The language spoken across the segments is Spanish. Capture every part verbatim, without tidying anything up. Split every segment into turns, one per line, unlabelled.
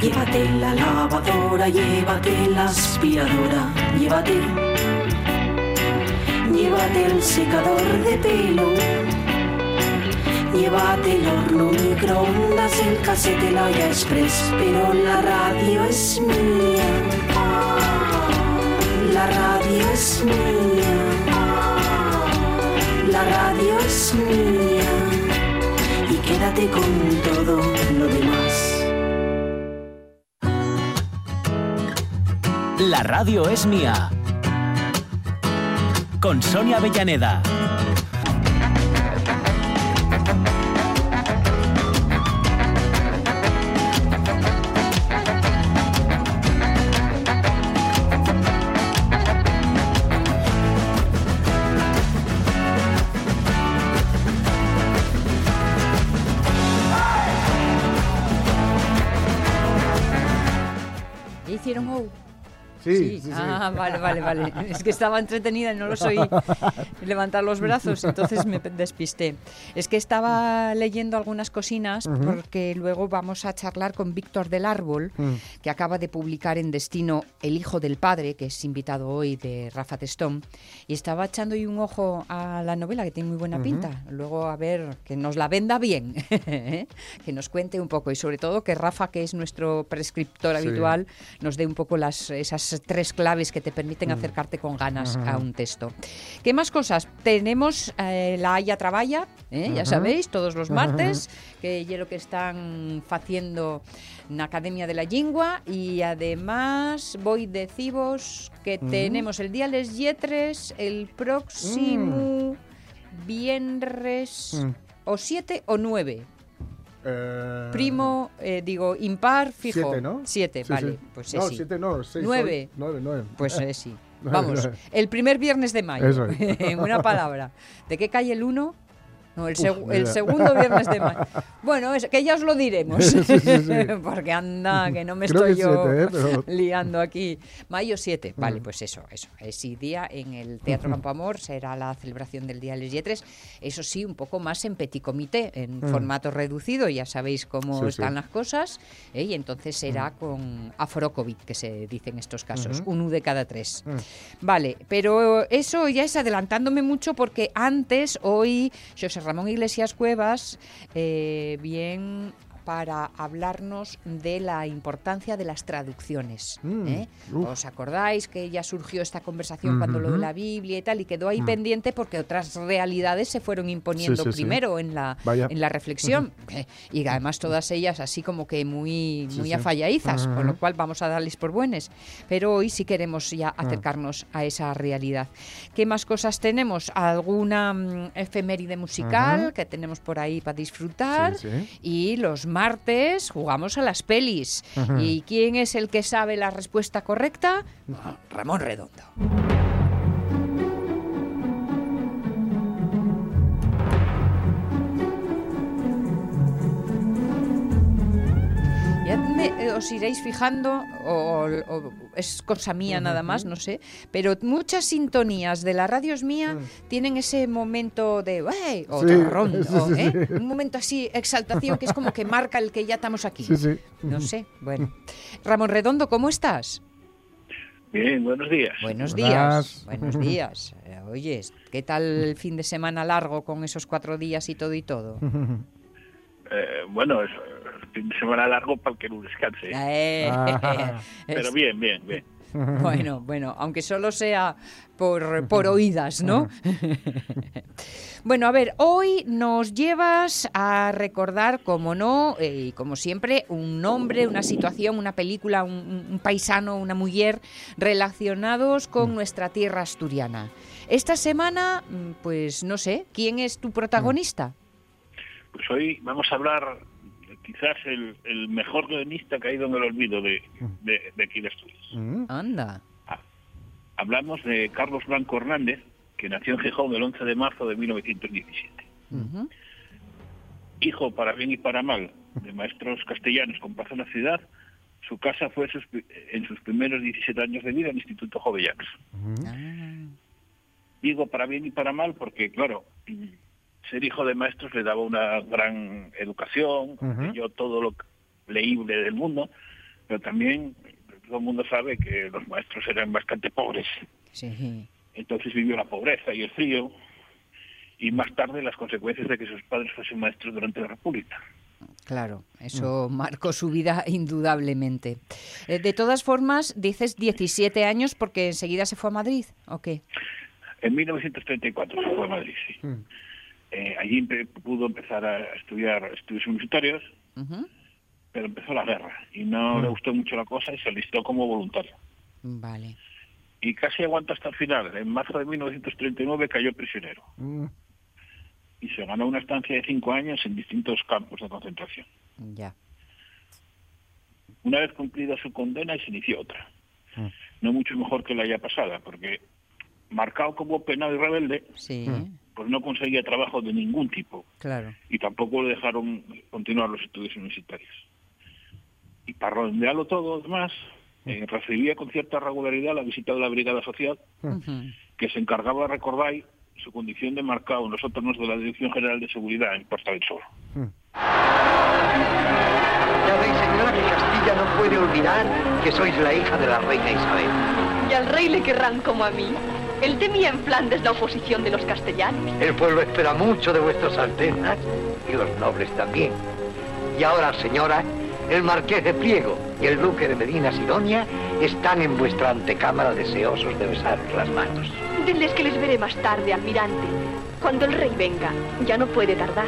Llévate la lavadora, llévate la aspiradora, llévate, llévate el secador de pelo, llévate el horno, microondas, el cassette, el Olla Express, pero la radio es mía, la radio es mía, la radio es mía, y quédate con todo lo demás.
La radio es mía. Con Sonia Avellaneda.
¿Hicieron O?
Sí,
sí.
sí, sí.
Ah, vale, vale, vale. Es que estaba entretenida y no los oí levantar los brazos, entonces me despisté. Es que estaba leyendo algunas cocinas, uh-huh, porque luego vamos a charlar con Víctor del Árbol, uh-huh, que acaba de publicar en Destino El hijo del padre, que es invitado hoy de Rafa Testón, y estaba echando ahí un ojo a la novela, que tiene muy buena, uh-huh, pinta. Luego, a ver, que nos la venda bien, que nos cuente un poco, y sobre todo que Rafa, que es nuestro prescriptor sí. habitual, nos dé un poco las esas tres claves que te permiten acercarte con ganas uh-huh. a un texto. ¿Qué más cosas? Tenemos eh, la Haya Traballa, ¿eh? uh-huh. ya sabéis, todos los martes, uh-huh. que es lo que están haciendo en la Academia de la Lingua, y además voy decivos que uh-huh. tenemos el día Les Lletres el próximo uh-huh. viernes uh-huh. o siete o nueve. Eh... Primo, eh, digo, impar, fijo.
Siete, ¿no?
Siete,
sí,
vale.
Sí.
Pues
no,
sí.
siete no, seis.
Nueve.
Hoy. Nueve, nueve.
Pues eh, sí. Vamos, el primer viernes de mayo.
Eso es.
En una palabra. ¿De qué cae el uno? No, el, seg- Uf, el segundo viernes de mayo. Bueno, es, que ya os lo diremos. Sí, sí, sí. Porque anda, que no me Creo estoy yo siete, ¿eh? Pero... liando aquí. Mayo siete, vale, pues eso, eso. Ese día en el Teatro Campo Amor será la celebración del Día Les Lletres. Eso sí, un poco más en petit comité, en mm. formato reducido, ya sabéis cómo sí, están sí. las cosas. ¿eh? Y entonces será mm. con aforo COVID, que se dice en estos casos, uh-huh. uno de cada tres. Mm. Vale, pero eso ya es adelantándome mucho, porque antes, hoy, José Ramón Iglesias Cuevas, eh, bien para hablarnos de la importancia de las traducciones. Mm, ¿eh? ¿Os acordáis que ya surgió esta conversación mm-hmm. cuando lo de la Biblia y tal, y quedó ahí mm. pendiente porque otras realidades se fueron imponiendo sí, sí, primero sí. En, la, en la reflexión? Uh-huh. Y además todas ellas así como que muy, muy sí, afalladizas, uh-huh. con lo cual vamos a darles por buenas. Pero hoy sí queremos ya acercarnos uh-huh. a esa realidad. ¿Qué más cosas tenemos? ¿Alguna um, efeméride musical uh-huh. que tenemos por ahí para disfrutar? Sí, sí. Y los martes jugamos a las pelis. Uh-huh. ¿Y quién es el que sabe la respuesta correcta? Ramón Redondo. Ya me, os iréis fijando, o, o es cosa mía uh-huh. nada más, no sé, pero muchas sintonías de la radio es mía uh-huh. tienen ese momento de ¡hey! Otro sí, rondo, sí, sí, ¿eh? Sí. Un momento así, exaltación, que es como que marca el que ya estamos aquí.
Sí, sí.
No sé, bueno. Ramón Redondo, ¿cómo estás?
Bien, buenos días.
Buenos días, buenos días. Eh, oye, ¿qué tal el fin de semana largo con esos cuatro días y todo y todo?
Eh, bueno, es fin de semana largo para que no descanse.
Eh,
ah, pero bien, bien, bien.
Bueno, bueno, aunque solo sea por, por oídas, ¿no? Bueno, a ver, hoy nos llevas a recordar, como no, y eh, como siempre, un nombre, una situación, una película, un, un paisano, una mujer relacionados con nuestra tierra asturiana. Esta semana, pues no sé, ¿quién es tu protagonista?
Pues hoy vamos a hablar quizás el, el mejor guionista que ha ido en el olvido de, de, de aquí de Asturias.
Mm. Anda.
Ah, hablamos de Carlos Blanco Hernández, que nació en Gijón el once de marzo de mil novecientos diecisiete. Uh-huh. Hijo, para bien y para mal, de maestros castellanos con paz en la ciudad, su casa fue sus, en sus primeros diecisiete años de vida el Instituto Jovellacs. Uh-huh. Ah. Digo para bien y para mal porque, claro, ser hijo de maestros le daba una gran educación, uh-huh. leyó todo lo leíble del mundo, pero también todo el mundo sabe que los maestros eran bastante pobres.
Sí.
Entonces vivió la pobreza y el frío, y más tarde las consecuencias de que sus padres fuesen maestros durante la República.
Claro, eso mm. marcó su vida indudablemente. Eh, de todas formas, dices diecisiete años porque enseguida se fue a Madrid, ¿o qué?
En mil novecientos treinta y cuatro se fue a Madrid, sí. Mm. Eh, allí pudo empezar a estudiar estudios universitarios, uh-huh. pero empezó la guerra y no mm. le gustó mucho la cosa y se alistó como voluntario.
Vale.
Y casi aguantó hasta el final. En marzo de mil novecientos treinta y nueve cayó prisionero. Mm. Y se ganó una estancia de cinco años en distintos campos de concentración.
Ya.
Una vez cumplida su condena, se inició otra. Mm. No mucho mejor que la ya pasada, porque marcado como penado y rebelde,
sí.
pues no conseguía trabajo de ningún tipo.
Claro.
Y tampoco le dejaron continuar los estudios universitarios. Y para redondearlo todo, además, eh, recibía con cierta regularidad la visita de la Brigada Social, uh-huh. que se encargaba de recordar su condición de marcado en los sótanos de la Dirección General de Seguridad en Puerta del Sol. Uh-huh.
Ya veis, señora, que Castilla no puede olvidar que sois la hija de la reina Isabel.
Y al rey le querrán como a mí. Él temía en Flandes la oposición de los castellanos.
El pueblo espera mucho de vuestras altezas y los nobles también. Y ahora, señora, el marqués de Priego y el duque de Medina Sidonia están en vuestra antecámara deseosos de besaros las manos.
Denles que les veré más tarde, almirante. Cuando el rey venga, ya no puede tardar.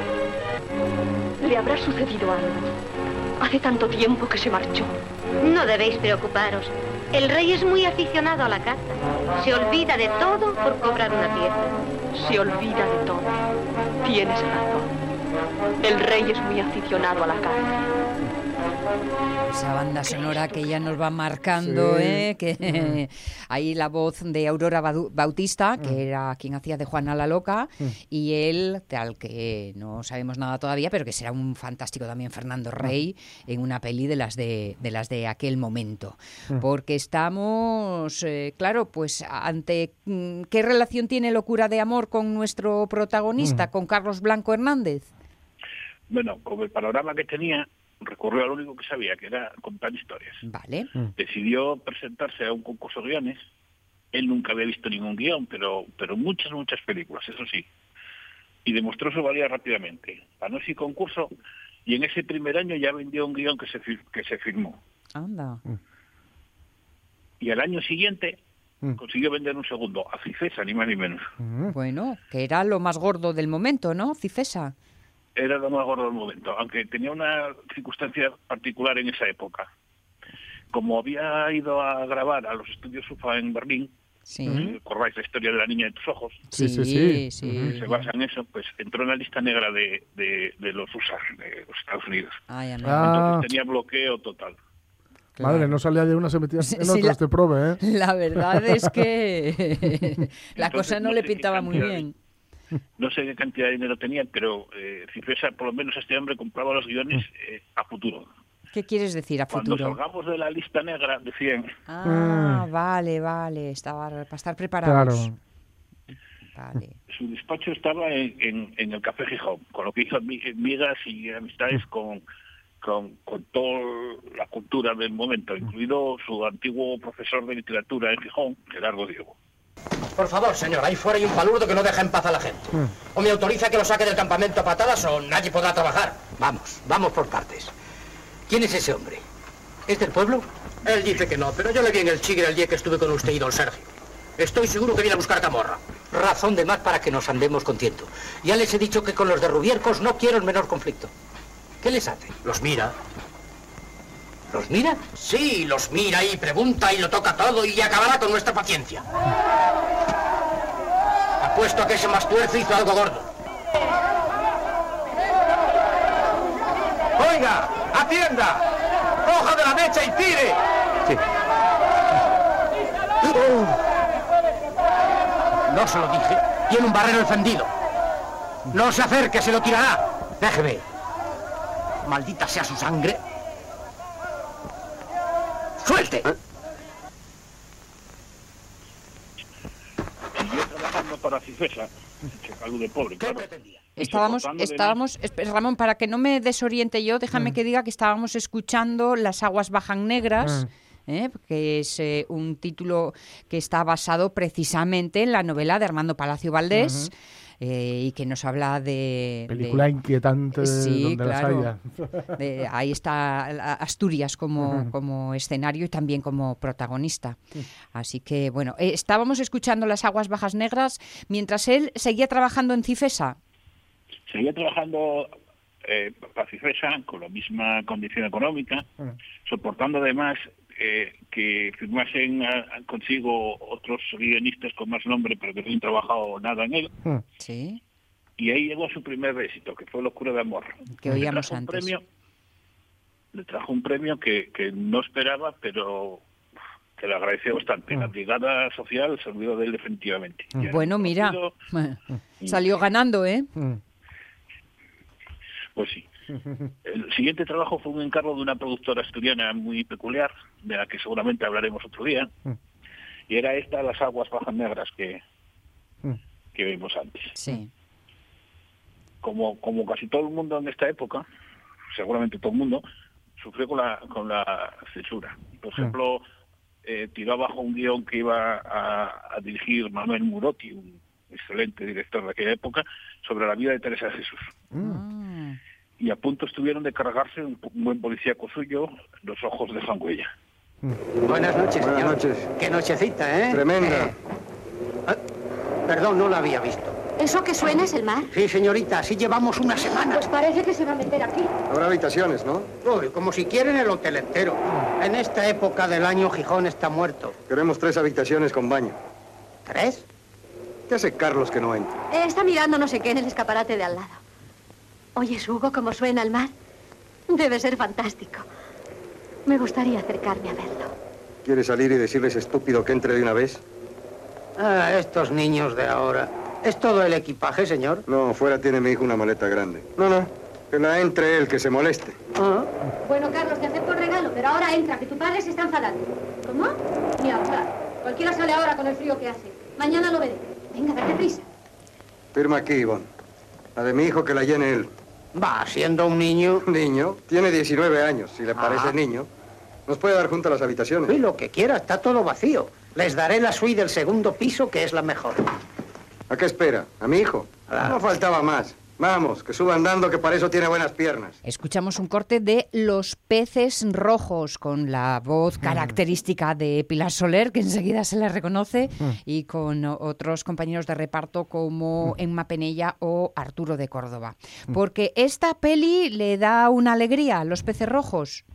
Le habrá sucedido algo. Hace tanto tiempo que se marchó.
No debéis preocuparos. El rey es muy aficionado a la caza. Se olvida de todo por cobrar una pieza.
Se olvida de todo. Tienes razón. El rey es muy aficionado a la caza.
Esa banda sonora que ya nos va marcando, sí. ¿eh? Que ahí la voz de Aurora Bautista, que mm. era quien hacía de Juana la Loca, mm. y él, tal que no sabemos nada todavía, pero que será un fantástico también Fernando Rey mm. en una peli de las de, de las de aquel momento. Mm. Porque estamos, eh, claro, pues ante mm, ¿qué relación tiene Locura de amor con nuestro protagonista, mm. con Carlos Blanco Hernández?
Bueno, con el panorama que tenía, recurrió a lo único que sabía, que era contar historias.
Vale.
Decidió presentarse a un concurso de guiones. Él nunca había visto ningún guión, pero pero muchas, muchas películas, eso sí. Y demostró su valía rápidamente. Ganó ese concurso y en ese primer año ya vendió un guión que se que se firmó.
Anda.
Y al año siguiente consiguió vender un segundo, a Cifesa, ni más ni menos.
Bueno, que era lo más gordo del momento, ¿no? Cifesa.
Era lo más gordo del momento, aunque tenía una circunstancia particular en esa época. Como había ido a grabar a los estudios UFA en Berlín,
sí.
¿recordáis la historia de La niña de tus ojos?
Sí, sí, sí. sí.
Que se basa en eso, pues entró en la lista negra de, de, de los U S A, de los Estados Unidos.
Ay,
Entonces ah. tenía bloqueo total.
Claro. Madre, no salía de una, se metía en sí, otras, la, te prove, ¿eh?
La verdad es que la cosa no, no le pintaba muy bien.
No sé qué cantidad de dinero tenían, pero eh, Cifesa, por lo menos este hombre compraba los guiones eh, a futuro.
¿Qué quieres decir a futuro?
Cuando salgamos de la lista negra, decían...
Ah, mm. vale, vale, estaba para estar preparados.
Claro.
Vale.
Su despacho estaba en, en, en el Café Gijón, con lo que hizo migas y amistades con, con, con toda la cultura del momento, incluido su antiguo profesor de literatura en Gijón, Gerardo Diego.
Por favor, señor, ahí fuera hay un palurdo que no deja en paz a la gente. Mm. O me autoriza que lo saque del campamento a patadas o nadie podrá trabajar.
Vamos, vamos por partes. ¿Quién es ese hombre? ¿Es del pueblo?
Él dice que no, pero yo le vi en el Chigre el día que estuve con usted y don Sergio. Estoy seguro que viene a buscar camorra.
Razón de más para que nos andemos con tiento. Ya les he dicho que con los de Rubiercos no quiero el menor conflicto. ¿Qué les hace?
Los mira.
¿Los mira?
Sí, los mira y pregunta y lo toca todo y acabará con nuestra paciencia. Apuesto a que ese Mastuerzo hizo algo gordo.
¡Oiga! ¡Atienda! ¡Coja de la mecha y tire!
Sí.
Oh. No se lo dije. Tiene un barrero encendido. No se acerque, se lo tirará.
Déjeme.
Maldita sea su sangre. ¡Suelte! ¿Eh?
Siguió trabajando para Cifesa Checalu de pobre, claro.
Estábamos, estábamos, Ramón, para que no me desoriente yo, déjame mm. que diga que estábamos escuchando Las aguas bajan negras, mm. ¿eh? que es eh, un título que está basado precisamente en la novela de Armando Palacio Valdés. Uh-huh. Eh, y que nos habla de...
Película
de,
inquietante
sí,
donde
claro,
las haya.
De, ahí está Asturias como, uh-huh. como escenario y también como protagonista. Uh-huh. Así que, bueno, eh, estábamos escuchando Las aguas bajas negras mientras él seguía trabajando en Cifesa.
Seguía trabajando eh, para Cifesa con la misma condición económica, uh-huh. soportando además... Eh, que firmasen a, a consigo otros guionistas con más nombre, pero que no han trabajado nada en él.
Sí.
Y ahí llegó su primer éxito, que fue Locura de amor.
Que oíamos
le
antes.
Premio, le trajo un premio que, que no esperaba, pero que le agradeció bastante. Mm. La Brigada Social se olvidó de él definitivamente.
Mm. Bueno, mira, y... salió ganando, ¿eh? Mm.
Pues sí. El siguiente trabajo fue un encargo de una productora asturiana muy peculiar, de la que seguramente hablaremos otro día, mm. y era esta Las aguas bajas negras que, mm. que vimos antes.
Sí.
Como, como casi todo el mundo en esta época, seguramente todo el mundo, sufrió con la, con la censura. Por ejemplo, mm. eh, tiró abajo un guión que iba a, a dirigir Manuel Murotti, un excelente director de aquella época, sobre la vida de Teresa de Jesús.
Mm.
Y a punto estuvieron de cargarse un, un buen policíaco suyo, Los ojos de Juan Huella.
Buenas noches,
Buenas
señor.
noches.
Qué nochecita, ¿eh?
Tremenda.
Eh, ah, perdón, no la había visto.
¿Eso que suena es el mar?
Sí, señorita, así llevamos una semana.
Pues parece que se va a meter aquí.
Habrá habitaciones, ¿no?
Uy, como si quieren el hotel entero. En esta época del año Gijón está muerto.
Queremos tres habitaciones con baño.
¿Tres?
¿Qué hace Carlos que no entra?
Eh, está mirando no sé qué en el escaparate de al lado. ¿Oyes, Hugo, cómo suena el mar? Debe ser fantástico. Me gustaría acercarme a verlo.
¿Quiere salir y decirles estúpido que entre de una vez?
Ah, estos niños de ahora. ¿Es todo el equipaje, señor?
No, fuera tiene mi hijo una maleta grande. No, no, que la entre él, que se moleste.
Ah.
Bueno, Carlos, te acepto el regalo, pero ahora entra, que tu padre se está enfadando. ¿Cómo? Ni hablar. Cualquiera sale ahora con el frío que hace. Mañana lo veré. Venga, date prisa.
Firma aquí, Ivonne. La de mi hijo que la llene él.
Va, siendo un niño...
Niño. Tiene diecinueve años, si le parece
Ajá.
niño. Nos puede dar junto a las habitaciones.
Sí, lo que quiera, está todo vacío. Les daré la suite del segundo piso, que es la mejor.
¿A qué espera? ¿A mi hijo?
Ah.
No faltaba más. Vamos, que suba andando, que para eso tiene buenas piernas.
Escuchamos un corte de Los peces rojos, con la voz característica de Pilar Soler, que enseguida se la reconoce, y con otros compañeros de reparto como Emma Penella o Arturo de Córdoba. Porque esta peli le da una alegría, Los peces rojos.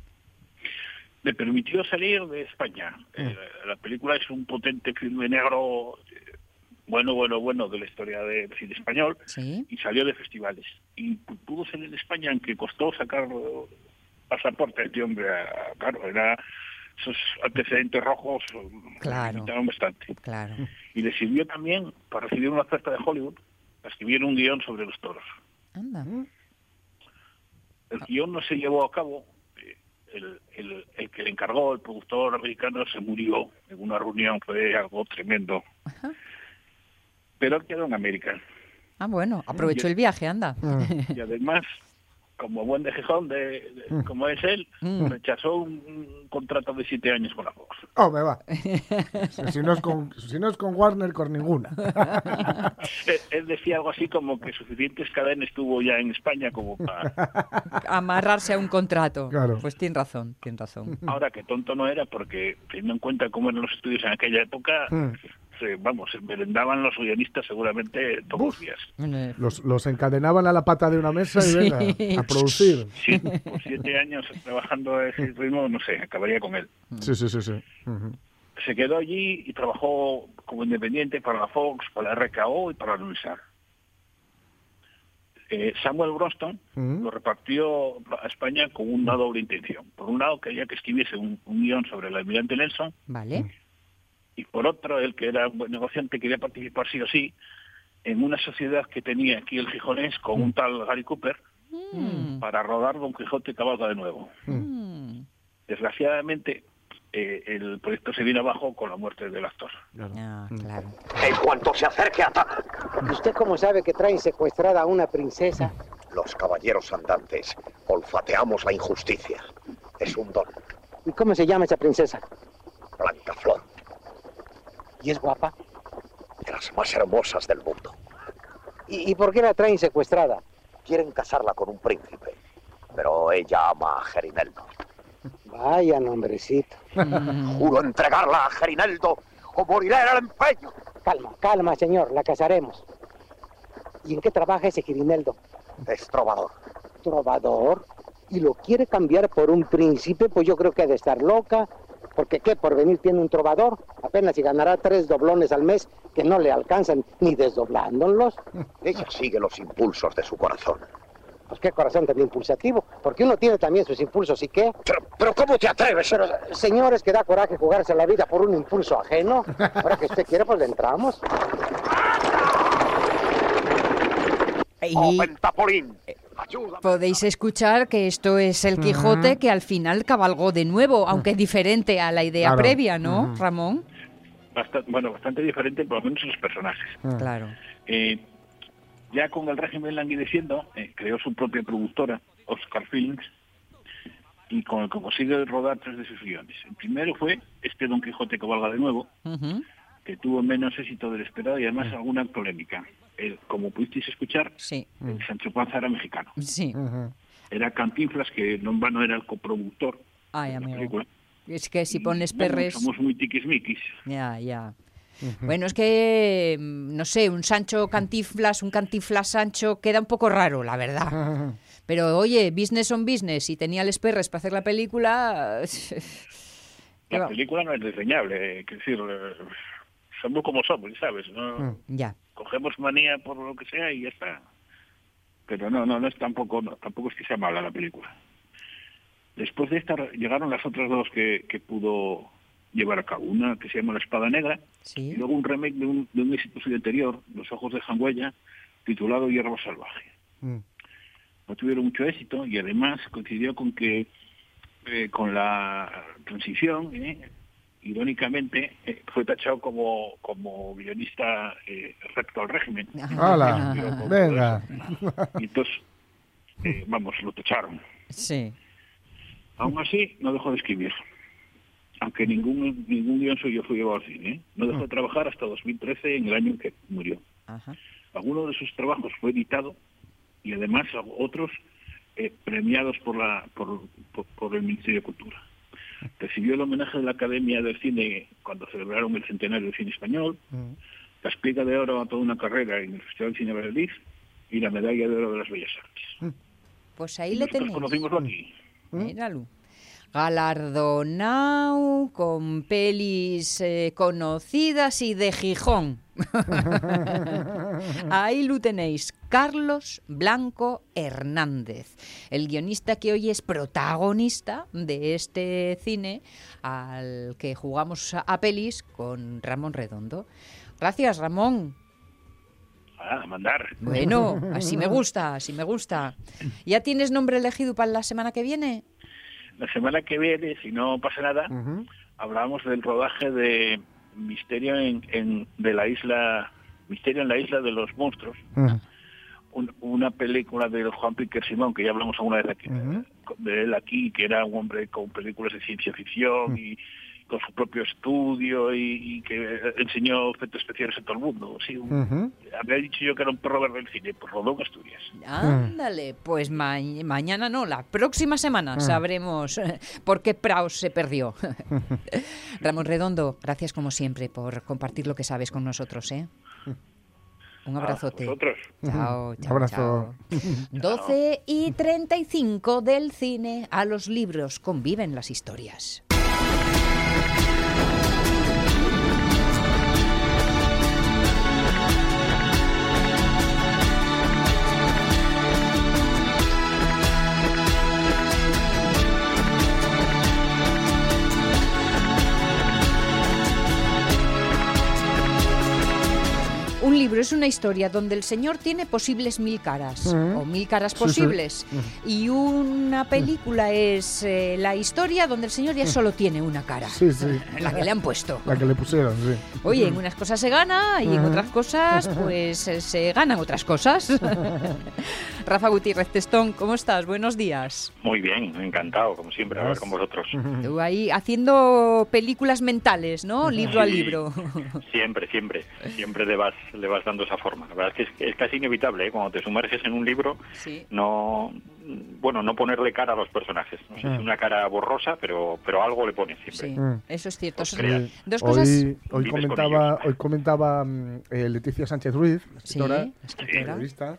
Le permitió salir de España. Eh, la película es un potente filme negro... bueno, bueno, bueno, de la historia del cine español,
¿sí?
Y salió de festivales. Y pudo salir en España, aunque costó sacar pasaporte a este hombre. Claro, era esos antecedentes rojos,
claro,
limitaron bastante.
Claro.
Y le sirvió también para recibir una oferta de Hollywood, para escribir un guión sobre los toros.
Anda.
El guión no se llevó a cabo. El, el, el que le encargó, el productor americano, se murió en una reunión, fue algo tremendo.
Ajá.
Pero quedó en América.
Ah, bueno, aprovechó y, el viaje, anda.
Y además, como buen de Gijón, de, de, como es él, mm. rechazó un, un contrato de siete años con la Fox.
Oh, me va. si, no es con, si no es con Warner, con ninguna.
él, él decía algo así como que suficientes cadenas tuvo ya en España como para...
amarrarse a un contrato.
Claro.
Pues tiene razón, tiene razón.
Ahora, que tonto no era, porque teniendo en cuenta cómo eran los estudios en aquella época... Mm. Vamos, se merendaban los guionistas seguramente todos Uf, los días.
Los, los encadenaban a la pata de una mesa y venga, sí. a producir.
Sí, por siete años trabajando a ese ritmo, no sé, acabaría con él.
Sí, sí, sí. sí. Uh-huh.
Se quedó allí y trabajó como independiente para la Fox, para la R K O y para la Universal. Eh, Samuel Bronston uh-huh. lo repartió a España con una doble intención. Por un lado, quería que escribiese un, un guión sobre el almirante Nelson.
Vale.
Y por otro, el que era un buen negociante quería participar sí o sí en una sociedad que tenía aquí el Gijonés con un tal Gary Cooper mm. para rodar Don Quijote cabalga de nuevo. Mm. Desgraciadamente, eh, el proyecto se viene abajo con la muerte del actor.
Ah, claro.
En cuanto se acerque, ataca.
¿Y usted cómo sabe que traen secuestrada a una princesa?
Los caballeros andantes olfateamos la injusticia. Es un don.
¿Y cómo se llama esa princesa?
Blancaflor.
¿Y es guapa?
De las más hermosas del mundo.
¿Y, ¿Y por qué la traen secuestrada?
Quieren casarla con un príncipe, pero ella ama a Gerineldo.
Vaya nombrecito.
Juro entregarla a Gerineldo o moriré en el empeño.
Calma, calma, señor, la casaremos. ¿Y en qué trabaja ese Gerineldo?
Es trovador.
¿Trovador? ¿Y lo quiere cambiar por un príncipe? Pues yo creo que ha de estar loca. Porque ¿qué? Por venir tiene un trovador. Apenas si ganará tres doblones al mes que no le alcanzan ni desdoblándolos.
Ella sigue los impulsos de su corazón.
Pues qué corazón tan impulsativo. Porque uno tiene también sus impulsos, ¿y qué?
Pero, pero ¿cómo te atreves?
Pero, señores, que da coraje jugarse la vida por un impulso ajeno. Ahora que usted quiere, pues le entramos.
Y...
¡Oh, Pentapolín!
Podéis escuchar que esto es el Quijote, uh-huh, que al final cabalgó de nuevo, aunque diferente a la idea claro. previa, ¿no, uh-huh, Ramón?
Bastante, bueno, bastante diferente, por lo menos en los personajes.
Uh-huh. Claro.
Eh, ya con el régimen languideciendo, eh, creó su propia productora, Oscar Films, y con el que consigue rodar tres de sus guiones. El primero fue este Don Quijote cabalga de nuevo, uh-huh, que tuvo menos éxito del esperado y además uh-huh. alguna polémica. El, como pudisteis escuchar,
sí.
el Sancho Panza era mexicano.
Sí.
Uh-huh. Era Cantinflas, que no en vano era el coproductor.
Ay,
de la
amigo.
película.
Es que si pones
y,
perres...
Bueno, somos muy tiquismiquis.
Ya, ya. Uh-huh. Bueno, es que, no sé, un Sancho Cantinflas, un Cantinflas Sancho, queda un poco raro, la verdad. Uh-huh. Pero, oye, business on business, y tenía les perres para hacer la película...
La película no es desdeñable, es decir... Somos como somos, ¿sabes? ¿No?
Ya.
Cogemos manía por lo que sea y ya está. Pero no, no, no es tampoco, no, tampoco es que sea mala la película. Después de esta llegaron las otras dos que, que pudo llevar a cabo. Una que se llama La Espada Negra,
¿sí?
Y luego un remake de un, de un éxito suyo anterior, Los Ojos de Jangüella, titulado Hierba Salvaje. Mm. No tuvieron mucho éxito y además coincidió con que eh, con la transición, eh, irónicamente, eh, fue tachado como, como guionista eh, recto al régimen.
¡Hala! ¡Venga!
Y entonces, eh, vamos, lo tacharon.
Sí.
Aún así, no dejó de escribir. Aunque ningún ningún guión suyo fue llevado al cine. ¿eh? No dejó de trabajar hasta dos mil trece, en el año en que murió.
Ajá.
Alguno de sus trabajos fue editado y además otros eh, premiados por, la, por, por, por el Ministerio de Cultura. Recibió el homenaje de la Academia del Cine cuando celebraron el centenario del cine español, uh-huh. la Espiga de Oro a toda una carrera en el Festival de Cine de Valladolid y la Medalla de Oro de las Bellas Artes.
Pues ahí le tenéis.
Conocimoslo aquí.
Míralo. Galardonado con pelis eh, conocidas y de Gijón. Ahí lo tenéis, Carlos Blanco Hernández, el guionista que hoy es protagonista de este cine al que jugamos a, a pelis con Ramón Redondo. Gracias, Ramón.
A mandar.
Bueno, así me gusta, así me gusta. ¿Ya tienes nombre elegido para la semana que viene?
La semana que viene, si no pasa nada, uh-huh. hablamos del rodaje de Misterio en, en de la isla Misterio en la isla de los monstruos, uh-huh. Un, una película de Juan Piquer Simón, que ya hablamos alguna vez aquí, uh-huh. de él aquí, que era un hombre con películas de ciencia ficción uh-huh. y con su propio estudio y, y que enseñó efectos especiales a todo el mundo. Sí, uh-huh. Había dicho yo que era un perro verde del cine, pues rodó en Asturias.
Ándale, pues ma- mañana no, la próxima semana uh-huh. sabremos por qué Praus se perdió. Ramón Redondo, gracias como siempre por compartir lo que sabes con nosotros, ¿eh? Un abrazote.
A vosotros.
Chao, chao,
abrazo.
Chao. doce y treinta y cinco del cine a los libros. Conviven las historias. Un libro es una historia donde el señor tiene posibles mil caras, uh-huh. o mil caras posibles, sí, sí. y una película es eh, la historia donde el señor ya solo tiene una cara,
sí, sí.
la que le han puesto.
La que le pusieron, sí.
Oye, en unas cosas se gana y uh-huh. en otras cosas pues eh, se ganan otras cosas. Rafa Gutiérrez Testón, ¿cómo estás? Buenos días.
Muy bien, encantado, como siempre, a hablar con vosotros.
Tú ahí haciendo películas mentales, ¿no? Libro sí, a libro.
Siempre, siempre. Siempre le vas, le vas dando esa forma. La verdad es que es, es casi inevitable, ¿eh? Cuando te sumerges en un libro, sí. no bueno, no ponerle cara a los personajes. No sé, mm. es una cara borrosa, pero pero algo le pones siempre.
Sí, mm. eso es cierto.
Sí. Dos cosas... Hoy, hoy comentaba, hoy comentaba eh, Leticia Sánchez Ruiz, escritora, sí, periodista,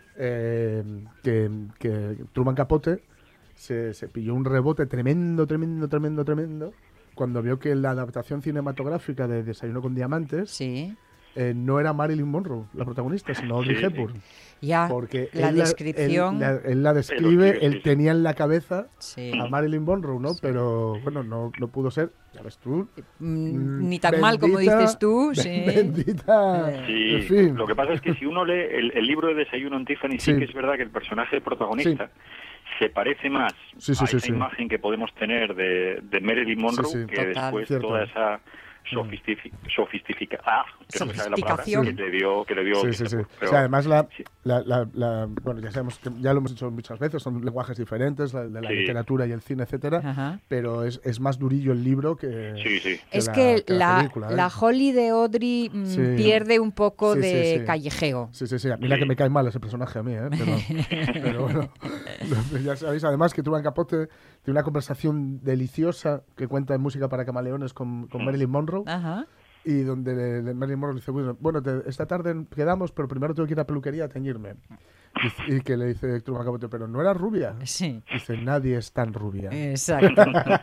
eh, que, que Truman Capote se, se pilló un rebote tremendo, tremendo, tremendo, tremendo, cuando vio que la adaptación cinematográfica de Desayuno con Diamantes
sí.
eh, no era Marilyn Monroe la protagonista, sino Audrey sí, Hepburn.
Ya,
porque
la
él
descripción...
La, él, él la describe,
sí, sí,
él
sí.
tenía en la cabeza
sí.
a Marilyn Monroe, ¿no? Sí. Pero, bueno, no, no pudo ser, ya ves tú.
Mm, ni tan bendita, mal como dices tú, sí.
Bendita,
sí.
en fin.
Lo que pasa es que si uno lee el, el libro de Desayuno en Tiffany, sí. sí que es verdad que el personaje protagonista... Sí. se parece más
sí, sí,
a
sí,
esa
sí.
imagen que podemos tener de, de Marilyn Monroe sí, sí.
Total.
que después
Cierto.
toda esa sofistifica, sofistifica ah, que no me sale la palabra, que le dio, que le dio
sí, sí, sí.
Pero,
o sea, además la,
sí.
la, la, la, bueno, ya sabemos que ya lo hemos hecho muchas veces, son lenguajes diferentes, la, de la sí. literatura y el cine, etcétera, Ajá. pero es, es más durillo el libro que,
sí, sí.
que
es
la,
que,
que
la,
la película, ¿eh?
la Holly de Audrey mm, sí. pierde un poco
sí,
de
sí, sí.
callejeo.
Sí, sí, sí. Mira sí. que me cae mal ese personaje a mí, ¿eh? Pero, pero bueno, ya sabéis, además que Truman Capote tiene una conversación deliciosa que cuenta en Música para Camaleones con, con Marilyn Monroe.
Ajá.
Y donde le, le Marilyn Monroe dice, bueno, bueno te, esta tarde quedamos, pero primero tengo que ir a la peluquería a teñirme. Y, y que le dice Truman Capote, pero no era rubia.
Sí.
Dice, nadie es tan rubia.
Exacto.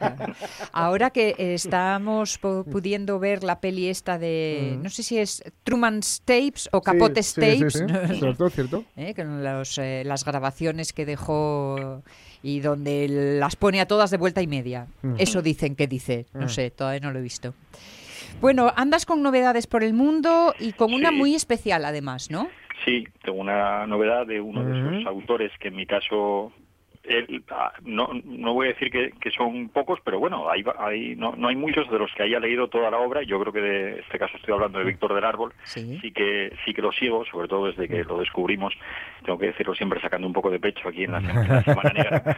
Ahora que estamos pudiendo ver la peli esta de, mm. no sé si es Truman's Tapes o Capote's
sí,
Tapes.
Sí, sí, sí. Cierto, cierto.
¿Eh? Con los, eh, las grabaciones que dejó y donde las pone a todas de vuelta y media. Mm. Eso dicen que dice. No mm. sé, todavía no lo he visto. Bueno, andas con novedades por el mundo y con una sí. muy especial además, ¿no?
Sí, tengo una novedad de uno de esos autores que en mi caso... Él, no, no voy a decir que, que son pocos, pero bueno, hay, hay, no, no hay muchos de los que haya leído toda la obra. Yo creo que de este caso estoy hablando de Víctor del Árbol.
Sí.
sí que sí que lo sigo, sobre todo desde que lo descubrimos. Tengo que decirlo siempre sacando un poco de pecho aquí en la, en la Semana Negra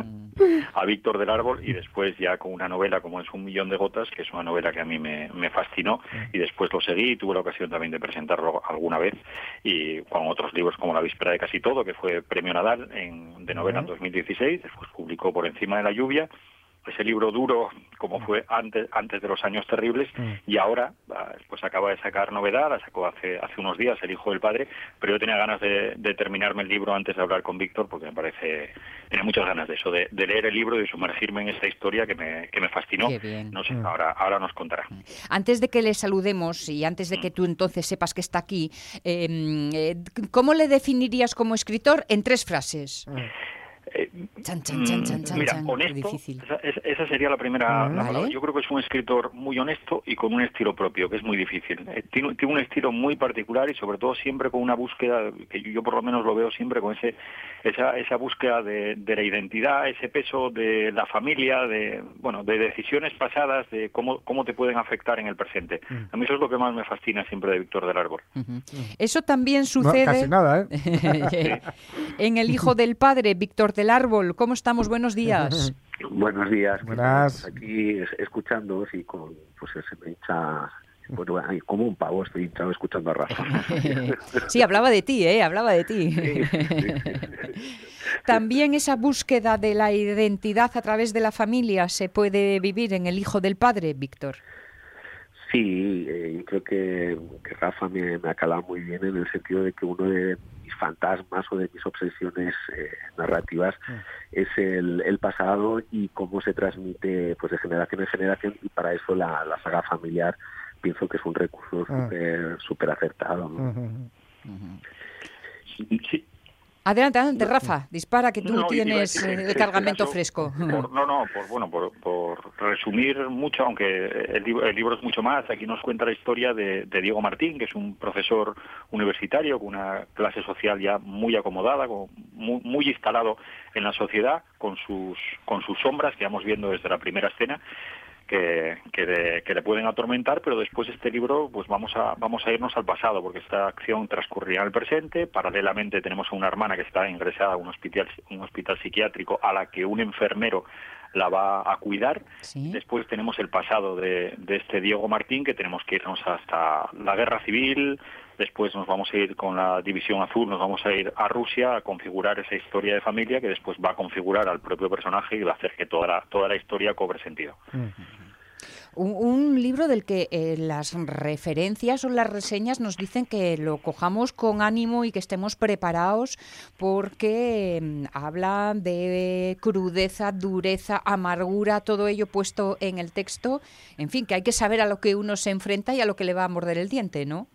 a Víctor del Árbol, y después ya con una novela como es Un millón de gotas, que es una novela que a mí me, me fascinó, y después lo seguí y tuve la ocasión también de presentarlo alguna vez, y con otros libros como La víspera de casi todo, que fue Premio Nadal en, de novela en dos mil dieciséis, después publicó Por encima de la lluvia, ese libro duro como fue antes antes de los años terribles, y ahora pues acaba de sacar novedad, la sacó hace hace unos días, El hijo del padre, pero yo tenía ganas de, de terminarme el libro antes de hablar con Víctor, porque me parece, tenía muchas ganas de eso, de, de leer el libro y de sumergirme en esta historia que me, que me fascinó.
Qué bien.
No sé, ahora, ahora nos contará.
Antes de que le saludemos y antes de que tú entonces sepas que está aquí, eh, ¿cómo le definirías como escritor en tres frases?
Eh,
chan, chan, chan, chan, chan,
mira,
chan,
honesto, esa, esa sería la primera
¿Vale?
la palabra. Yo creo que es un escritor muy honesto y con un estilo propio, que es muy difícil. Eh, tiene, tiene un estilo muy particular y sobre todo siempre con una búsqueda, que yo, yo por lo menos lo veo siempre con ese esa esa búsqueda de, de la identidad, ese peso de la familia, de bueno de decisiones pasadas, de cómo cómo te pueden afectar en el presente. A mí eso es lo que más me fascina siempre de Víctor del Árbol.
Uh-huh. Eso también sucede...
No, casi nada, ¿eh?
Sí. En El hijo del padre, Víctor del Árbol. ¿Cómo estamos? Buenos días.
Buenos días.
Buenas.
Aquí escuchándoos y con, pues se me hincha, bueno, como un pavo estoy hinchado escuchando a Rafa.
Sí, hablaba de ti, ¿eh? Hablaba de ti.
Sí, sí, sí.
También esa búsqueda de la identidad a través de la familia se puede vivir en El hijo del padre, Víctor.
Sí, eh, yo creo que, que Rafa me, me ha calado muy bien en el sentido de que uno de mis fantasmas o de mis obsesiones eh, narrativas mm. es el, el pasado y cómo se transmite pues de generación en generación, y para eso la, la saga familiar pienso que es un recurso súper mm. súper acertado, ¿no?
Mm-hmm.
Sí, sí.
Adelante, adelante, Rafa, dispara, que tú
no,
tienes
decir,
el
este
cargamento
caso,
fresco.
Por, no, no, por, bueno, por, por resumir mucho, aunque el libro, el libro es mucho más, aquí nos cuenta la historia de, de Diego Martín, que es un profesor universitario con una clase social ya muy acomodada, con, muy, muy instalado en la sociedad, con sus, con sus sombras, que vamos viendo desde la primera escena, que, que, de, que le pueden atormentar, pero después este libro pues vamos a vamos a irnos al pasado, porque esta acción transcurrirá en el presente. Paralelamente tenemos a una hermana que está ingresada a un hospital un hospital psiquiátrico, a la que un enfermero la va a cuidar. ¿Sí? Después tenemos el pasado de, de este Diego Martín, que tenemos que irnos hasta la guerra civil. Después nos vamos a ir con la División Azul, nos vamos a ir a Rusia a configurar esa historia de familia que después va a configurar al propio personaje y va a hacer que toda la, toda la historia cobre sentido.
Un, un libro del que eh, las referencias o las reseñas nos dicen que lo cojamos con ánimo y que estemos preparados, porque eh, habla de crudeza, dureza, amargura, todo ello puesto en el texto. En fin, que hay que saber a lo que uno se enfrenta y a lo que le va a morder el diente, ¿no?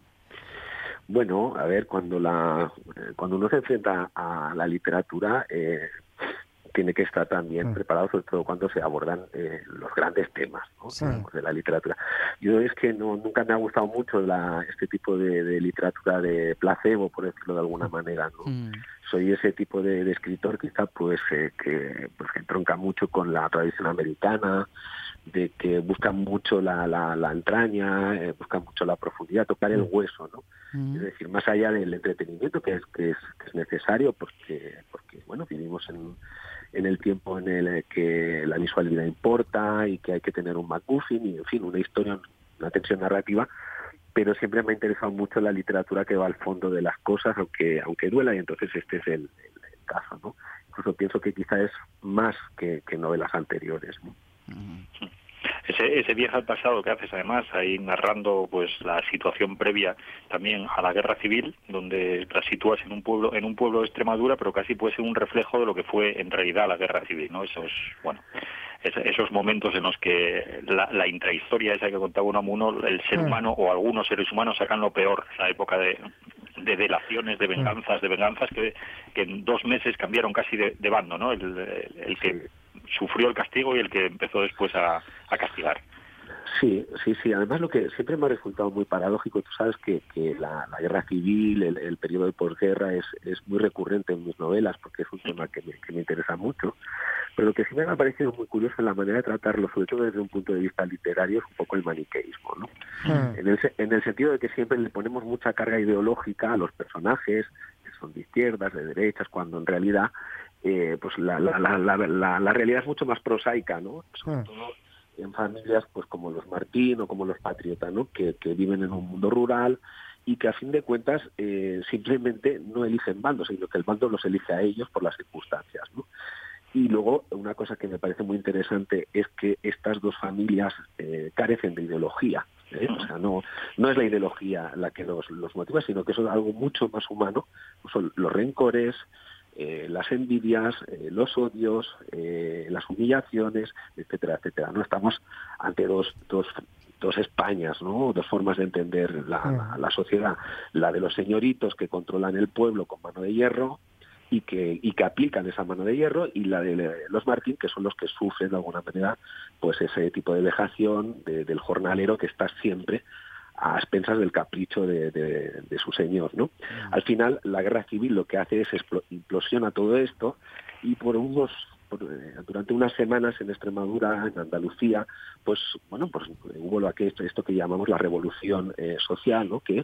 Bueno, a ver, cuando la cuando uno se enfrenta a la literatura, eh, tiene que estar también preparado, sobre todo cuando se abordan eh, los grandes temas, ¿no? Sí. De la literatura. Yo es que no nunca me ha gustado mucho la, este tipo de, de literatura de placebo, por decirlo de alguna manera, ¿no? Mm. Soy ese tipo de, de escritor quizá pues eh, que pues que entronca mucho con la tradición americana, de que buscan mucho la, la, la entraña, eh, buscan mucho la profundidad, tocar el hueso, ¿no? Mm. Es decir, más allá del entretenimiento que es que es, que es necesario, porque porque bueno, vivimos en en el tiempo en el que la visualidad importa y que hay que tener un MacGuffin y, en fin, una historia, una tensión narrativa, pero siempre me ha interesado mucho la literatura que va al fondo de las cosas, aunque aunque duela, y entonces este es el, el, el caso, ¿no? Incluso pienso que quizá es más que, que novelas anteriores, ¿no?
Uh-huh. Ese, ese viaje al pasado que haces, además, ahí narrando pues la situación previa también a la guerra civil, donde la sitúas en un pueblo en un pueblo de Extremadura, pero casi puede ser un reflejo de lo que fue en realidad la guerra civil, ¿no? Esos, bueno, es, esos momentos en los que la, la intrahistoria esa que contaba Unamuno, el ser humano o algunos seres humanos sacan lo peor, esa época de, de delaciones, de venganzas, de venganzas que, que en dos meses cambiaron casi de, de bando, ¿no? El, el, el que sufrió el castigo y el que empezó después a, a castigar.
Sí, sí, sí. Además, lo que siempre me ha resultado muy paradójico, tú sabes que, que la, la guerra civil, el, el periodo de posguerra es, es muy recurrente en mis novelas porque es un tema que me, que me interesa mucho. Pero lo que sí me ha parecido muy curioso en la manera de tratarlo, sobre todo desde un punto de vista literario, es un poco el maniqueísmo, ¿no? Mm. En, el, en el sentido de que siempre le ponemos mucha carga ideológica a los personajes, que son de izquierdas, de derechas, cuando en realidad eh, pues la, la, la, la, la, la realidad es mucho más prosaica, ¿no? Sobre todo en familias pues como los Martín o como los Patriota, ¿no? Que, que viven en un mundo rural y que a fin de cuentas eh, simplemente no eligen bandos, sino que el bando los elige a ellos por las circunstancias, ¿no? Y luego una cosa que me parece muy interesante es que estas dos familias eh, carecen de ideología, ¿eh? O sea, no no es la ideología la que los, los motiva, sino que es algo mucho más humano, son los rencores, Eh, las envidias, eh, los odios, eh, las humillaciones, etcétera, etcétera. No estamos ante dos dos dos Españas, ¿no? Dos formas de entender la, la, la sociedad, la de los señoritos que controlan el pueblo con mano de hierro y que y que aplican esa mano de hierro, y la de los Martín, que son los que sufren de alguna manera pues ese tipo de vejación de, del jornalero que está siempre a expensas del capricho de, de, de su señor, ¿no? Mm. Al final, la guerra civil lo que hace es implosiona todo esto, y por unos por, eh, durante unas semanas en Extremadura, en Andalucía, pues bueno, pues hubo lo que esto, esto que llamamos la revolución eh, social, ¿no? Que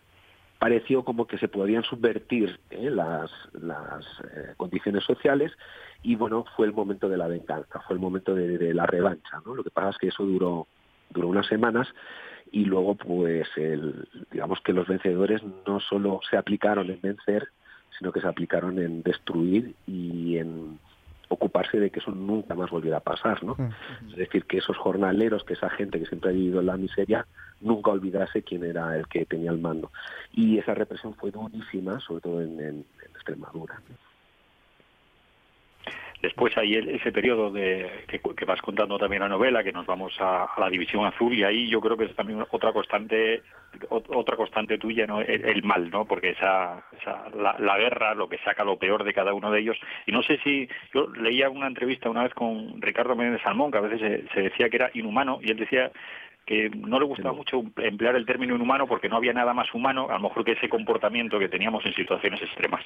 pareció como que se podían subvertir eh, las, las eh, condiciones sociales, y bueno, fue el momento de la venganza, fue el momento de, de la revancha, ¿no? Lo que pasa es que eso duró duró unas semanas. Y luego, pues, el, digamos que los vencedores no solo se aplicaron en vencer, sino que se aplicaron en destruir y en ocuparse de que eso nunca más volviera a pasar, ¿no? Uh-huh. Es decir, que esos jornaleros, que esa gente que siempre ha vivido en la miseria, nunca olvidase quién era el que tenía el mando. Y esa represión fue durísima, sobre todo en, en, en Extremadura.
Después hay el, ese periodo de que, que vas contando también la novela, que nos vamos a, a la División Azul, y ahí yo creo que es también otra constante otra constante tuya, ¿no? El, el mal, ¿no? Porque esa, esa la, la guerra, lo que saca lo peor de cada uno de ellos. Y no sé si yo leía una entrevista una vez con Ricardo Menéndez Salmón, que a veces se, se decía que era inhumano, y él decía que no le gustaba mucho emplear el término inhumano porque no había nada más humano, a lo mejor, que ese comportamiento que teníamos en situaciones extremas.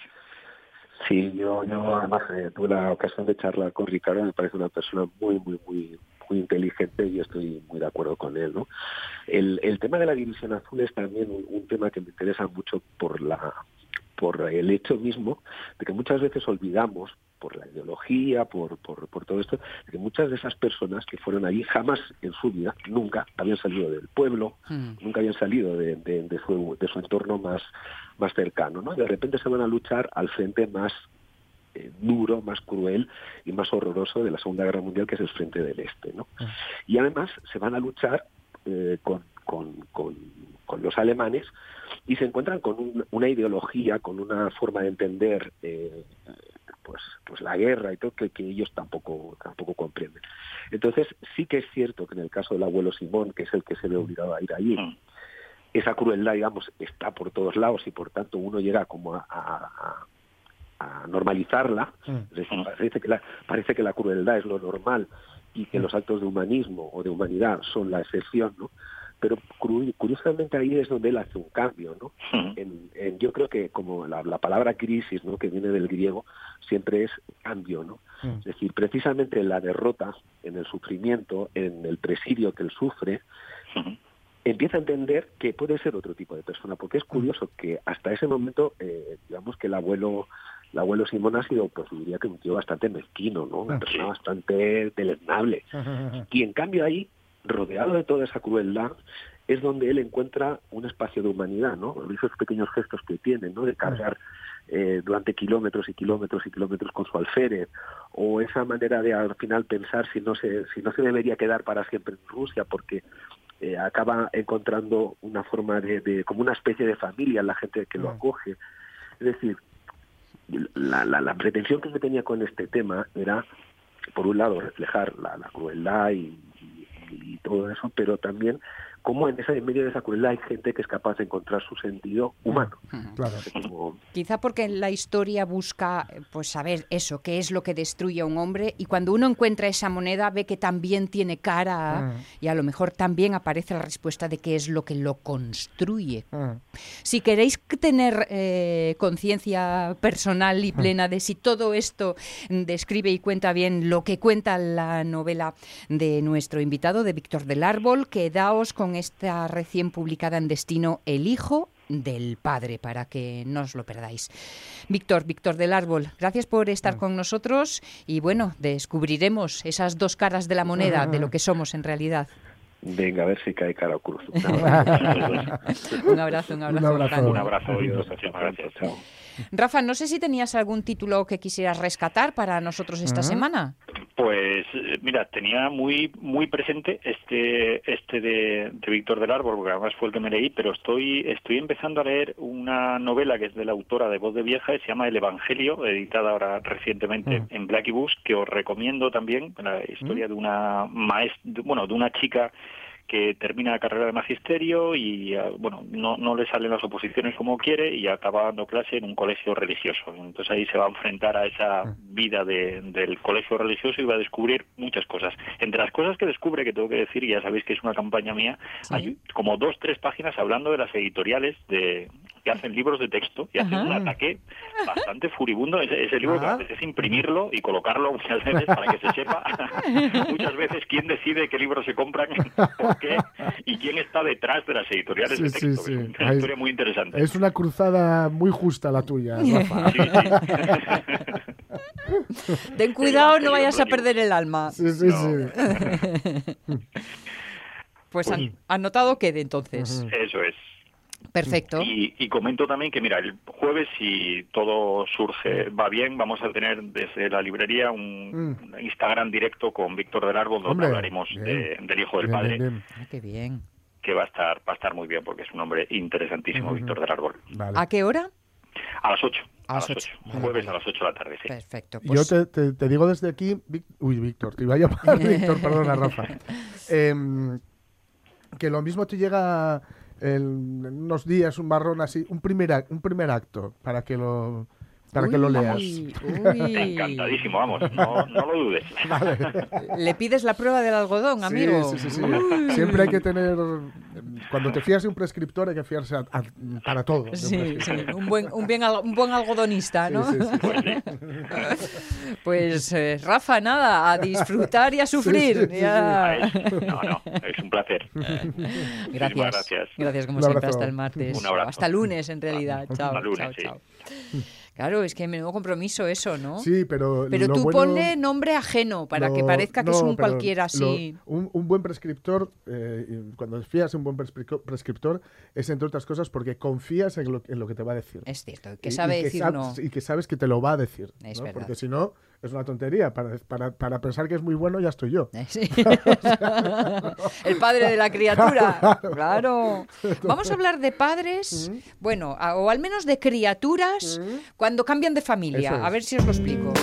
Sí, yo, yo además eh, tuve la ocasión de charlar con Ricardo, me parece una persona muy, muy, muy muy inteligente y estoy muy de acuerdo con él, ¿no? El, el tema de la División Azul es también un, un tema que me interesa mucho por la por el hecho mismo de que muchas veces olvidamos, por la ideología, por, por, por todo esto, de que muchas de esas personas que fueron allí jamás en su vida, nunca habían salido del pueblo, mm. nunca habían salido de, de, de, su, de su entorno más, más cercano, ¿no? De repente se van a luchar al frente más eh, duro, más cruel y más horroroso de la Segunda Guerra Mundial, que es el frente del Este, ¿no? Mm. Y además se van a luchar eh, con, con, con, con los alemanes, y se encuentran con un, una ideología, con una forma de entender eh, pues pues la guerra y todo que, que ellos tampoco tampoco comprenden. Entonces sí que es cierto que en el caso del abuelo Simón, que es el que se ve obligado a ir allí, mm. esa crueldad, digamos, está por todos lados, y por tanto uno llega como a, a, a normalizarla. Mm. Es decir, parece que la, parece que la crueldad es lo normal y que mm. los actos de humanismo o de humanidad son la excepción, ¿no? Pero curiosamente ahí es donde él hace un cambio, ¿no? Uh-huh. En, en, yo creo que como la, la palabra crisis, ¿no?, que viene del griego, siempre es cambio, ¿no? Uh-huh. Es decir, precisamente en la derrota, en el sufrimiento, en el presidio que él sufre, uh-huh. empieza a entender que puede ser otro tipo de persona, porque es curioso que hasta ese momento, eh, digamos que el abuelo el abuelo Simón ha sido, pues diría que un tío bastante mezquino, ¿no? Una uh-huh. persona bastante deleznable. Uh-huh. Y en cambio ahí, rodeado de toda esa crueldad, es donde él encuentra un espacio de humanidad, ¿no? Esos pequeños gestos que tiene, ¿no? De cargar eh, durante kilómetros y kilómetros y kilómetros con su alférez, o esa manera de al final pensar si no se si no se debería quedar para siempre en Rusia, porque eh, acaba encontrando una forma de, de como una especie de familia en la gente que lo acoge. Es decir, la, la, la pretensión que yo tenía con este tema era, por un lado, reflejar la, la crueldad y y todo eso, pero también cómo en, esa, en medio de esa crueldad hay gente que es capaz de encontrar su sentido humano.
Claro. Como... Quizá porque la historia busca, pues, saber eso, qué es lo que destruye a un hombre, y cuando uno encuentra esa moneda ve que también tiene cara, uh-huh. y a lo mejor también aparece la respuesta de qué es lo que lo construye. Uh-huh. Si queréis tener eh, conciencia personal y plena de si todo esto describe y cuenta bien lo que cuenta la novela de nuestro invitado, de Víctor del Árbol, quedaos con esta recién publicada en Destino, El hijo del padre, para que no os lo perdáis. Víctor, Víctor del Árbol, gracias por estar con nosotros, y bueno, descubriremos esas dos caras de la moneda, de lo que somos en realidad.
Venga, a ver si cae cara o cruz.
un abrazo, un abrazo. Un
abrazo, un abrazo y muchas gracias. Chao.
Rafa, no sé si tenías algún título que quisieras rescatar para nosotros esta uh-huh. semana.
Pues mira, tenía muy muy presente este este de, de Víctor del Árbol, porque además fue el que me leí, pero estoy estoy empezando a leer una novela que es de la autora de Voz de Vieja, y se llama El Evangelio, editada ahora recientemente uh-huh. en Blackie Books, que os recomiendo también, la historia uh-huh. de una maestra, bueno, de una chica que termina la carrera de magisterio y, bueno, no, no le salen las oposiciones como quiere y acaba dando clase en un colegio religioso. Entonces ahí se va a enfrentar a esa vida de, del colegio religioso y va a descubrir muchas cosas. Entre las cosas que descubre, que tengo que decir, y ya sabéis que es una campaña mía, ¿sí? Hay como dos, tres páginas hablando de las editoriales de que hacen libros de texto y hacen Ajá. un ataque bastante furibundo. Ese, ese libro Ajá. que haces es imprimirlo y colocarlo muchas veces para que se sepa muchas veces quién decide qué libros se compran, por qué y quién está detrás de las editoriales sí, de texto. Sí, sí. Es una historia muy interesante.
Es una cruzada muy justa la tuya, Rafa. Sí,
sí. Ten cuidado, no vayas a perder el alma.
Sí, sí, no. sí.
Pues an- anotado quede entonces.
Eso es.
Perfecto.
Y, y comento también que, mira, el jueves, si todo surge, va bien, vamos a tener desde la librería un mm. Instagram directo con Víctor del Árbol, donde Hombre, hablaremos de, del hijo del
bien,
padre.
Bien, bien.
Ah, qué bien.
Que va a estar va a estar muy bien, porque es un hombre interesantísimo, uh-huh. Víctor del Árbol.
Vale. ¿A qué hora?
A las ocho.
A las ocho.
Jueves a las ocho de la tarde, sí.
Perfecto. Pues...
Yo te, te, te digo desde aquí... Uy, Víctor, te iba a llamar Víctor, perdona, Rafa. Eh, que lo mismo te llega en unos días, un marrón así, un primer, un primer acto, para que lo... Para
uy,
que lo leas.
Uy.
Encantadísimo, vamos, no, no lo dudes.
Vale.
Le pides la prueba del algodón, amigo.
Sí, sí, sí, sí. Siempre hay que tener... Cuando te fías de un prescriptor hay que fiarse a, a, para todo.
Sí, sí. Un, buen, un, bien, un buen algodonista, ¿no?
Sí, sí, sí.
Pues, sí.
Pues eh, Rafa, nada, a disfrutar y a sufrir.
Sí, sí, sí,
ya.
Sí. No, no, es un placer.
Gracias.
Gracias.
Gracias, como
Un
siempre,
abrazo.
hasta el martes.
Un abrazo.
Hasta lunes, en realidad. Chao,
Hasta lunes,
chao,
sí.
chao. Claro, es que menudo compromiso eso, ¿no?
Sí, pero...
Pero
lo
tú
bueno,
ponle nombre ajeno para
lo,
que parezca que
no,
es un
pero
cualquiera así.
Lo, un, un buen prescriptor, eh, cuando fías en un buen prescriptor, es entre otras cosas porque confías en lo, en lo que te va a decir.
Es cierto, que
y,
sabe
y que
decir
sab,
no.
Y que sabes que te lo va a decir.
Es
¿no?
verdad.
Porque si no, es una tontería. Para, para, para pensar que es muy bueno, ya estoy yo.
Sí. El padre de la criatura. Claro. claro. Vamos a hablar de padres, ¿Mm? bueno, a, o al menos de criaturas ¿Mm? cuando cambian de familia. Es. A ver si os lo explico.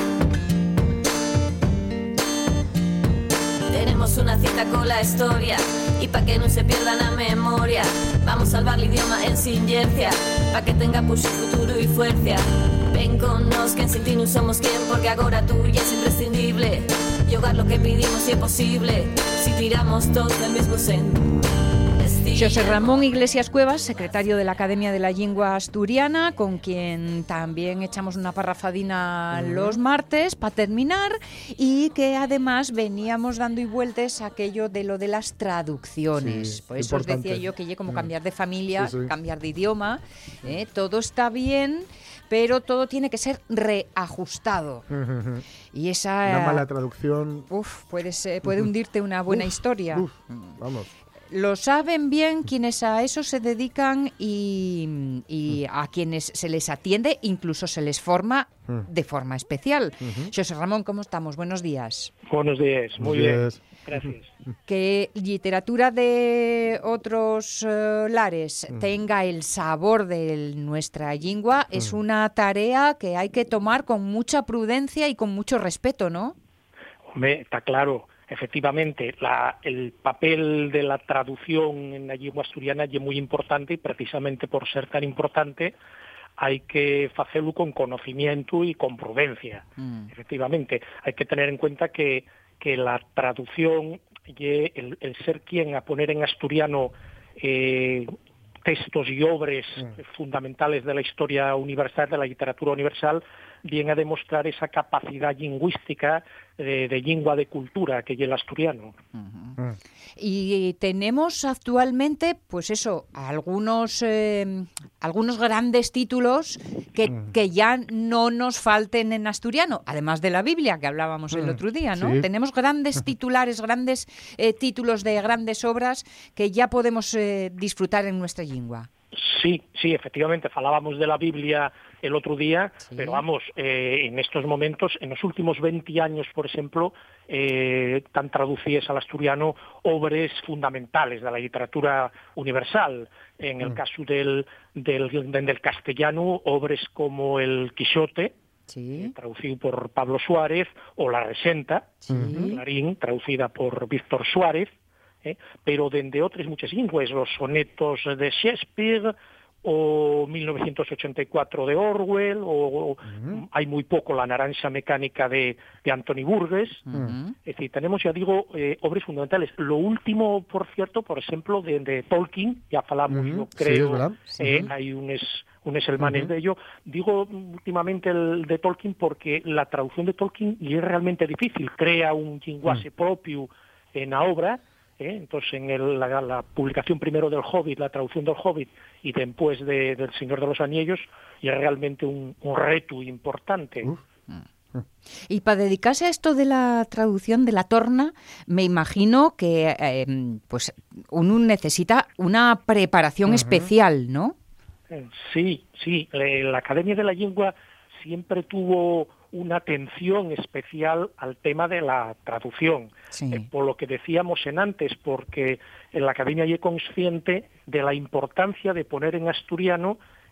Tenemos una cita con la historia y pa' que no se pierda la memoria vamos a salvar el idioma en silencia pa' que tenga push futuro y fuerza. Ven con nos que en sin ti no somos quien porque ahora tú ya es imprescindible y hogar lo que pedimos si es posible si tiramos todos del mismo sen.
José Ramón Iglesias Cuevas, secretario de la Academia de la Lengua Asturiana, con quien también echamos una parrafadina uh-huh. los martes para terminar y que además veníamos dando y vueltas aquello de lo de las traducciones. Sí, Por eso importante. Os decía yo que ya como cambiar de familia, sí, sí. cambiar de idioma, eh, todo está bien, pero todo tiene que ser reajustado. Uh-huh. Y esa...
Una mala traducción...
Uf, puede, ser, puede hundirte una buena uf, historia.
Uf, vamos.
Lo saben bien quienes a eso se dedican y, y a quienes se les atiende, incluso se les forma de forma especial. Uh-huh. José Ramón, ¿cómo estamos? Buenos días.
Buenos días, muy bien. Gracias.
Que literatura de otros uh, lares uh-huh. tenga el sabor de nuestra lengua uh-huh. es una tarea que hay que tomar con mucha prudencia y con mucho respeto, ¿no?
Hombre, está claro. Efectivamente, la, el papel de la traducción en la lengua asturiana es muy importante y precisamente por ser tan importante hay que hacerlo con conocimiento y con prudencia. Mm. Efectivamente, hay que tener en cuenta que, que la traducción y el, el ser quien a poner en asturiano eh, textos y obras mm. fundamentales de la historia universal, de la literatura universal, viene a demostrar esa capacidad lingüística de, de lengua de cultura que es el asturiano.
Uh-huh. Uh. Y tenemos actualmente, pues eso, algunos eh, algunos grandes títulos que, uh. que ya no nos falten en asturiano, además de la Biblia que hablábamos uh. el otro día, ¿no? Sí. Tenemos grandes titulares, grandes eh, títulos de grandes obras que ya podemos eh, disfrutar en nuestra lengua.
Sí, sí, efectivamente, hablábamos de la Biblia el otro día, sí. pero vamos, eh, en estos momentos, en los últimos veinte años, por ejemplo, eh, están traducidas al asturiano obras fundamentales de la literatura universal. En el mm. caso del, del, del castellano, obras como el Quijote, sí. eh, traducido por Pablo Suárez, o La Resenta, sí. Clarín, traducida por Víctor Suárez, Eh, pero dende otras muchas lenguas, los sonetos de Shakespeare o mil novecientos ochenta y cuatro de Orwell, o, o uh-huh. hay muy poco La Naranja Mecánica de, de Anthony Burgess. Uh-huh. Es decir, tenemos, ya digo, eh, obras fundamentales. Lo último, por cierto, por ejemplo, de, de Tolkien, ya hablamos, uh-huh. yo creo, sí, eh, uh-huh. hay unos, unos hermanos uh-huh. de ello. Digo últimamente el de Tolkien porque la traducción de Tolkien es realmente difícil, crea un lenguaje uh-huh. propio en la obra. ¿Eh? Entonces, en el, la, la publicación primero del Hobbit, la traducción del Hobbit, y después de, del Señor de los Anillos, y es realmente un, un reto importante. Uh.
Y para dedicarse a esto de la traducción de la torna, me imagino que eh, pues uno necesita una preparación uh-huh. especial, ¿no?
Sí, sí. La Academia de la Lengua siempre tuvo una atención especial al tema de la traducción, sí. eh, por lo que decíamos en antes, porque la Academia ya es consciente de la importancia de poner en asturiano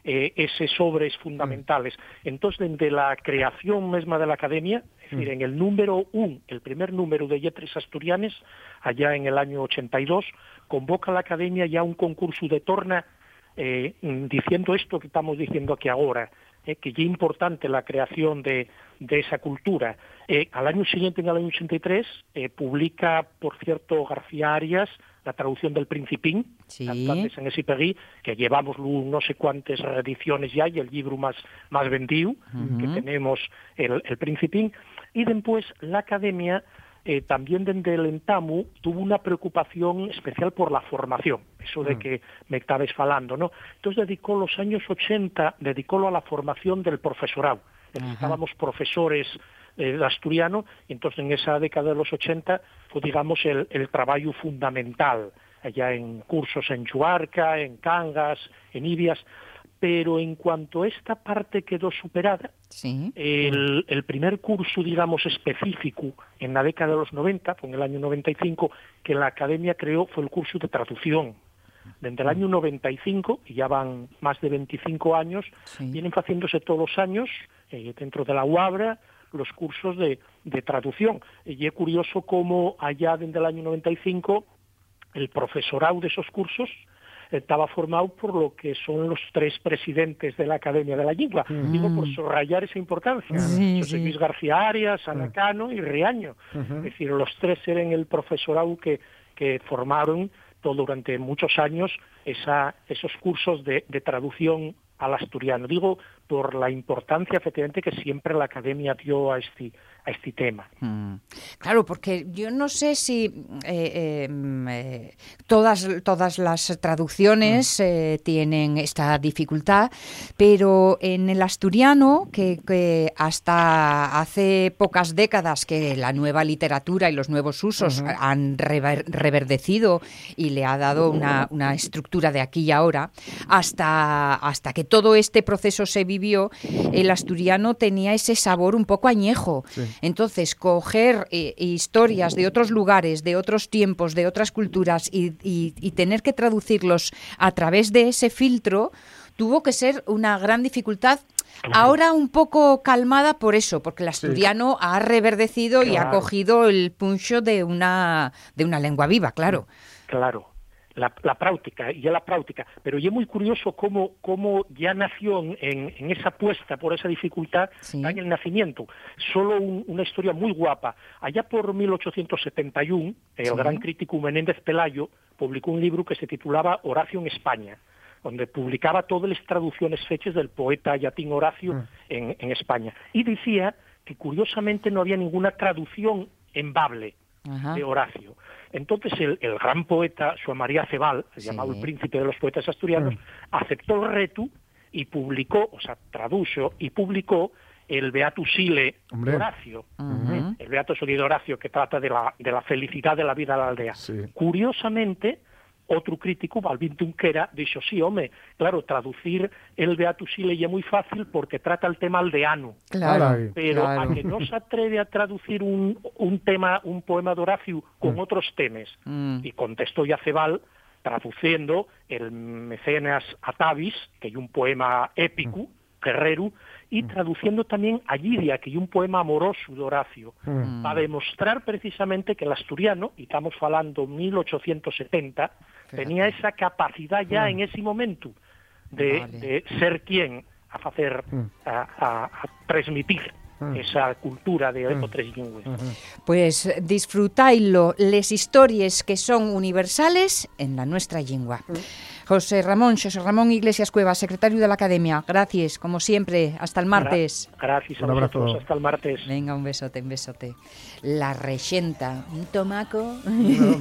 eh, eses sobres fundamentales. Entón, dende la creación mesma de la Academia, es decir, en el número un, el primer número de Lletres Asturianes, allá en el año ochenta y dos, convoca la Academia ya un concurso de torna eh, diciendo esto que estamos diciendo aquí ahora, eh, que ya es importante la creación de, de esa cultura. Eh, al año siguiente, en el año ochenta y tres, eh, publica, por cierto, García Arias, la traducción del Principín,
sí.
de San Exupéry, que llevamos no sé cuántas ediciones ya, y el libro más, más vendido, uh-huh. que tenemos el, el Principín, y después la Academia, eh, también desde el Entamu, tuvo una preocupación especial por la formación, eso de uh-huh. que me estabais falando, ¿no? Entonces dedicó los años ochenta, dedicólo a la formación del profesorado. Necesitábamos uh-huh. profesores de asturiano, y entonces en esa década de los ochenta fue, digamos, el, el trabajo fundamental, allá en cursos en Chuarca, en Cangas, en Ibias, pero en cuanto esta parte quedó superada,
sí.
el, el primer curso, digamos, específico en la década de los noventa, fue en el año noventa y cinco, que la Academia creó, fue el curso de traducción. Desde el año noventa y cinco, y ya van más de veinticinco años, sí. vienen haciéndose todos los años, eh, dentro de la U A B R A, los cursos de, de traducción. Y es curioso cómo allá desde el año noventa y cinco el profesorado de esos cursos estaba formado por lo que son los tres presidentes de la Academia de la Lengua. Mm. Digo, por subrayar esa importancia.
Sí,
José
sí.
Luis García Arias, Ana Cano y Riaño. Uh-huh. Es decir, los tres eran el profesorado que, que formaron todo durante muchos años esa, esos cursos de, de traducción al asturiano. Digo, por la importancia, efectivamente, que siempre la Academia dio a este, a este tema.
Mm. Claro, porque yo no sé si eh, eh, eh, todas, todas las traducciones eh, tienen esta dificultad, pero en el asturiano, que, que hasta hace pocas décadas que la nueva literatura y los nuevos usos uh-huh. han rever, reverdecido y le ha dado una, una estructura de aquí y ahora, hasta, hasta que todo este proceso se vivió, el asturiano tenía ese sabor un poco añejo. Sí. Entonces, coger eh, historias de otros lugares, de otros tiempos, de otras culturas y, y, y tener que traducirlos a través de ese filtro tuvo que ser una gran dificultad. Ahora un poco calmada por eso, porque el asturiano sí. ha reverdecido claro. y ha cogido el puncho de una, de una lengua viva, claro.
Claro. La, la práctica, ya la práctica, pero ya es muy curioso cómo, cómo ya nació en, en esa apuesta por esa dificultad sí. en el nacimiento. Solo un, una historia muy guapa. Allá por mil ochocientos setenta y uno, el sí. gran crítico Menéndez Pelayo publicó un libro que se titulaba Horacio en España, donde publicaba todas las traducciones fechas del poeta llatín Horacio mm. en, en España. Y decía que curiosamente no había ninguna traducción en bable Ajá. de Horacio. Entonces el, el gran poeta Joan María Cebal, sí. llamado el príncipe de los poetas asturianos, mm. aceptó el reto y publicó, o sea, tradujo y publicó el Beatus Sile de Horacio. Uh-huh. El Beatus Sile de Horacio, que trata de la, de la felicidad de la vida de la aldea. Sí. Curiosamente, otro crítico, Balbín Tunquera, dijo, sí, hombre, claro, traducir el Beatus Sile ya es muy fácil porque trata el tema aldeano.
Claro,
pero
claro.
a que no se atreve a traducir un, un tema, un poema de Horacio con mm. otros temas. Mm. Y contestó ya Cebal traduciendo el Mecenas Atavis, que es un poema épico, mm. guerrero, y mm. traduciendo también a Lidia, que es un poema amoroso de Horacio, mm. para demostrar precisamente que el asturiano, y estamos hablando mil ochocientos setenta, Fíjate. tenía esa capacidad ya mm. en ese momento de, vale. de ser quien a hacer, mm. a, a, a transmitir mm. esa cultura de mm. otras lenguas.
Mm-hmm. Pues disfrutailo les historias que son universales en la nuestra lengua. Mm. José Ramón, José Ramón Iglesias Cuevas, secretario de la Academia. Gracias, como siempre. Hasta el martes.
Gracias a vosotros. Hasta el martes.
Venga, un besote, un besote. La rexenta, un tomaco.
No,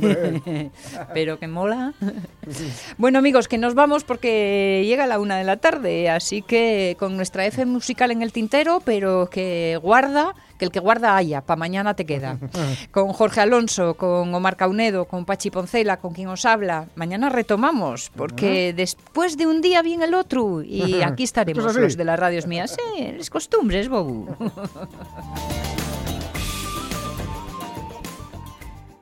pero que mola. Bueno, amigos, que nos vamos porque llega la una de la tarde, así que con nuestra F musical en el tintero, pero que guarda, que el que guarda haya, para mañana te queda. Con Jorge Alonso, con Omar Caunedo, con Pachi Poncela, con quien os habla. Mañana retomamos, porque después de un día viene el otro, y aquí estaremos los de las radios mías. Sí, es costumbres, bobu.